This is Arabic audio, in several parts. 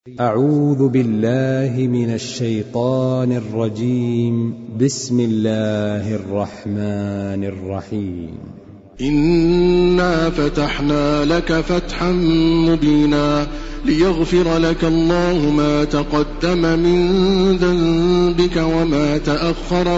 أعوذ بالله من الشيطان الرجيم. بسم الله الرحمن الرحيم. إنا فتحنا لك فتحا مبينا ليغفر لك الله ما تقدم من ذنبك وما تأخر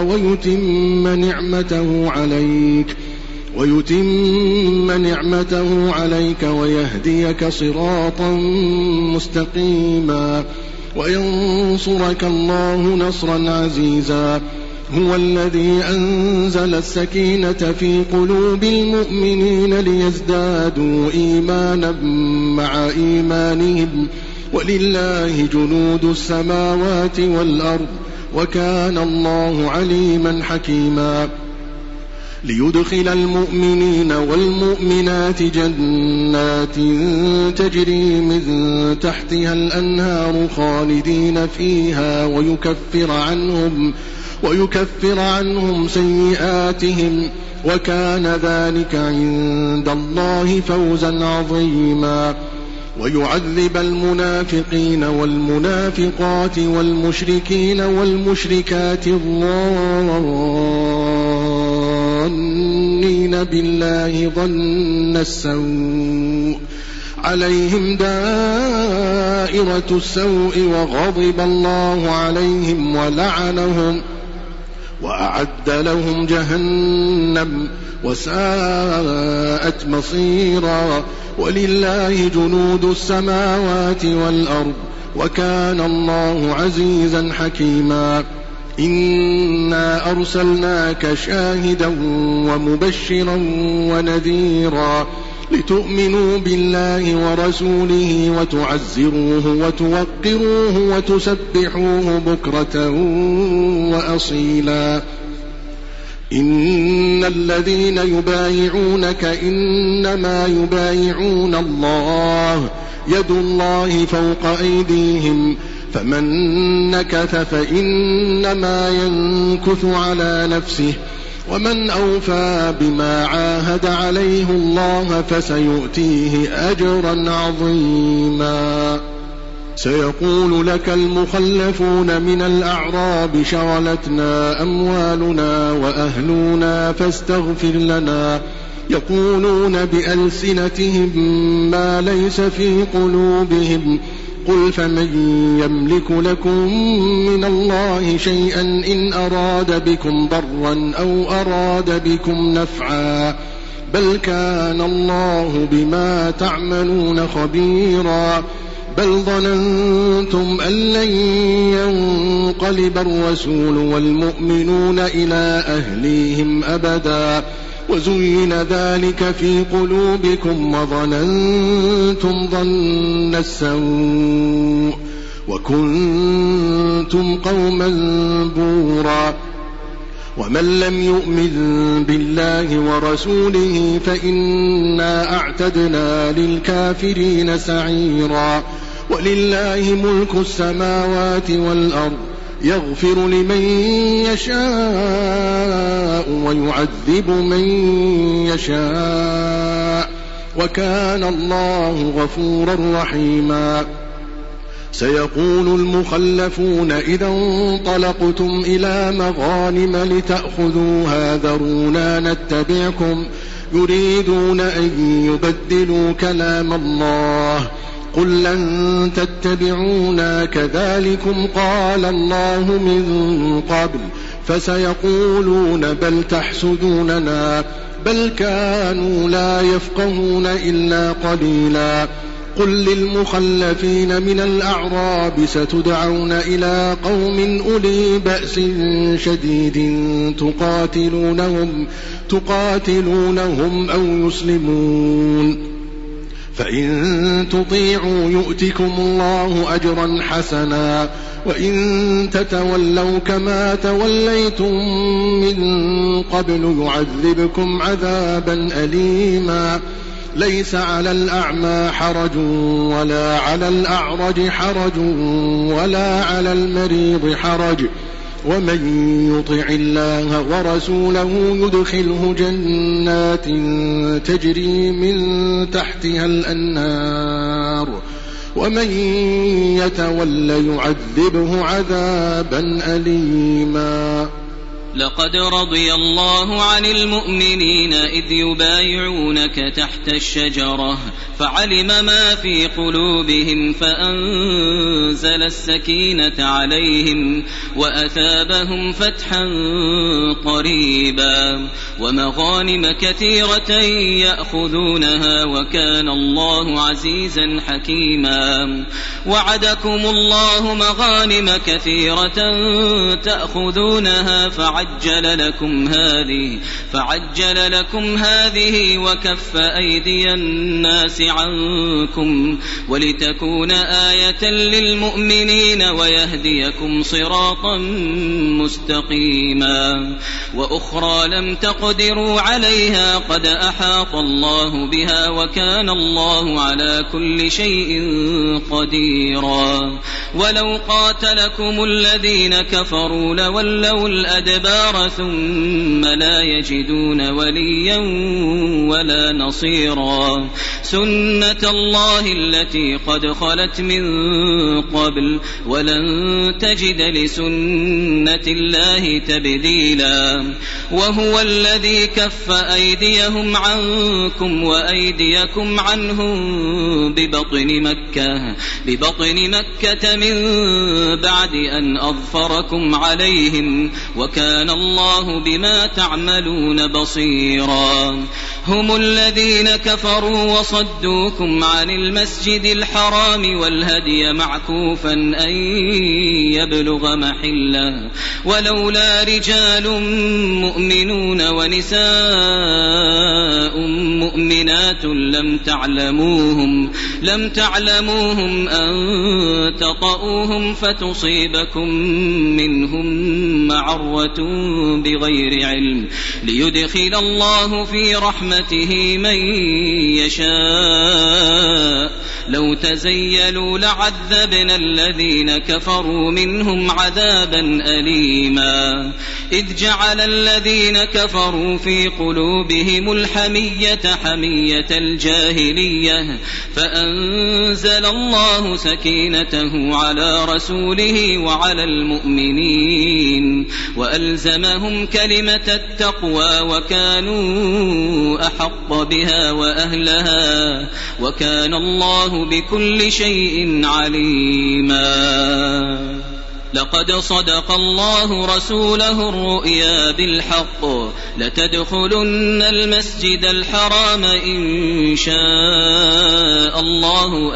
ويتم نعمته عليك ويهديك صراطا مستقيما وينصرك الله نصرا عزيزا. هو الذي أنزل السكينة في قلوب المؤمنين ليزدادوا إيمانا مع إيمانهم ولله جنود السماوات والأرض وكان الله عليما حكيما. ليدخل المؤمنين والمؤمنات جنات تجري من تحتها الأنهار خالدين فيها ويكفر عنهم سيئاتهم وكان ذلك عند الله فوزا عظيما. ويعذب المنافقين والمنافقات والمشركين والمشركات الظانين بالله ظن السوء عليهم دائرة السوء وغضب الله عليهم ولعنهم وأعد لهم جهنم وساءت مصيرا. ولله جنود السماوات والأرض وكان الله عزيزا حكيما. إنا أرسلناك شاهدا ومبشرا ونذيرا لتؤمنوا بالله ورسوله وتعزروه وتوقروه وتسبحوه بكرة وأصيلا. إن الذين يبايعونك إنما يبايعون الله يد الله فوق أيديهم فمن نكث فإنما ينكث على نفسه ومن أوفى بما عاهد عليه الله فسيؤتيه أجرا عظيما. سيقول لك المخلفون من الأعراب شغلتنا أموالنا وأهلنا فاستغفر لنا يقولون بألسنتهم ما ليس في قلوبهم قل فمن يملك لكم من الله شيئا إن أراد بكم ضرا أو أراد بكم نفعا بل كان الله بما تعملون خبيرا. بل ظننتم أن لن ينقلب الرسول والمؤمنون إلى أهليهم أبدا وزين ذلك في قلوبكم وظننتم ظن السوء وكنتم قوما بورا. ومن لم يؤمن بالله ورسوله فإنا أعتدنا للكافرين سعيرا. ولله ملك السماوات والأرض يغفر لمن يشاء ويعذب من يشاء وكان الله غفورا رحيما. سيقول المخلفون إذا انطلقتم إلى مغانم لتأخذوها ذرونا نتبعكم يريدون أن يبدلوا كلام الله قل لن تتبعونا كذلكم قال الله من قبل فسيقولون بل تحسدوننا بل كانوا لا يفقهون إلا قليلا. قل للمخلفين من الأعراب ستدعون إلى قوم أولي بأس شديد تقاتلونهم أو يسلمون فإن تطيعوا يؤتكم الله أجرا حسنا وإن تتولوا كما توليتم من قبل يعذبكم عذابا أليما. ليس على الأعمى حرج ولا على الأعرج حرج ولا على المريض حرج ومن يطع الله ورسوله يدخله جنات تجري من تحتها الأنهار ومن يتول يعذبه عذابا أليما. لقد رضي الله عن المؤمنين إذ يبايعونك تحت الشجرة فعلم ما في قلوبهم فأنزل السكينة عليهم وأثابهم فتحا قريبا ومغانم كثيرة يأخذونها وكان الله عزيزا حكيما. وعدكم الله مغانم كثيرة تأخذونها فعجل لكم هذه وكف أيدي الناس عنكم ولتكون آية للمؤمنين ويهديكم صراطا مستقيما. وأخرى لم تقدروا عليها قد أحاط الله بها وكان الله على كل شيء قديرا. ولو قاتلكم الذين كفروا لولوا الأدبار ثم لا يجدون وليا ولا نصيرا. سنة الله التي قد خلت من قبل ولن تجد لسنة الله تبديلا. وهو الذي كف أيديهم عنكم وأيديكم عنهم ببطن مكة من بعد أن أظفركم عليهم وكان الله بما تعملون بصيرا. هم الذين كفروا وصدوكم عن المسجد الحرام والهدي معكوفا أن يبلغ محله ولولا رجال مؤمنون ونساء مؤمنات لم تعلموهم أن تطؤوهم فتصيبكم منهم معرة بغير علم ليدخل الله في رحمته من يشاء. لو تزيلوا لعذبنا الذين كفروا منهم عذابا أليما. إذ جعل الذين كفروا في قلوبهم الحمية حمية الجاهلية فأنزل الله سكينته على رسوله وعلى المؤمنين وألزمهم كلمة التقوى وكانوا أحق بها وأهلها وكان الله بكل شيء عليما. لقد صدق الله رسوله الرؤيا بالحق لتدخلن المسجد الحرام إن شاء الله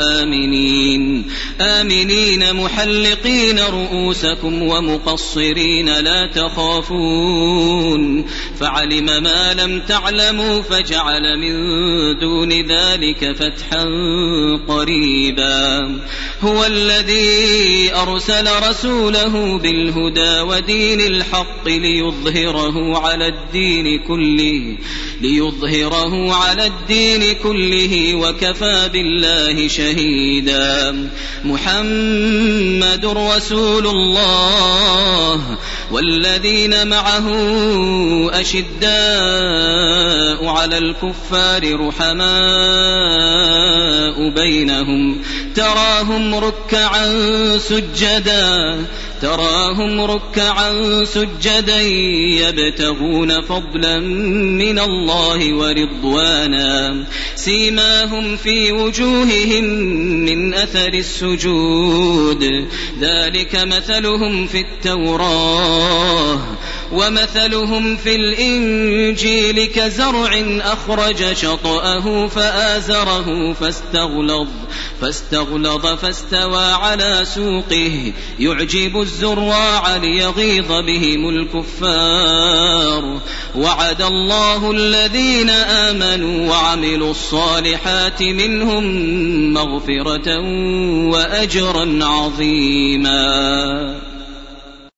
آمنين محلقين رؤوسكم ومقصرين لا تخافون فعلم ما لم تعلموا فجعل من دون ذلك فتحا قريبا. هو الذي أرسل رسوله بالهدى ودين الحق ليظهره على الدين كله وكفى بالله شهيدا. محمد رسول الله والذين معه أشداء على الكفار رحماء بينهم تراهم ركعا سجدا يبتغون فضلا من الله ورضوانا سيماهم في وجوههم من أثر السجود ذلك مثلهم في التوراة ومثلهم في الإنجيل كزرع أخرج شطأه فآزره فاستغلظ فاستوى على سوقه يعجب الزراع ليغيظ بهم الكفار. وعد الله الذين آمنوا وعملوا الصالحات منهم مغفرة وأجرا عظيما.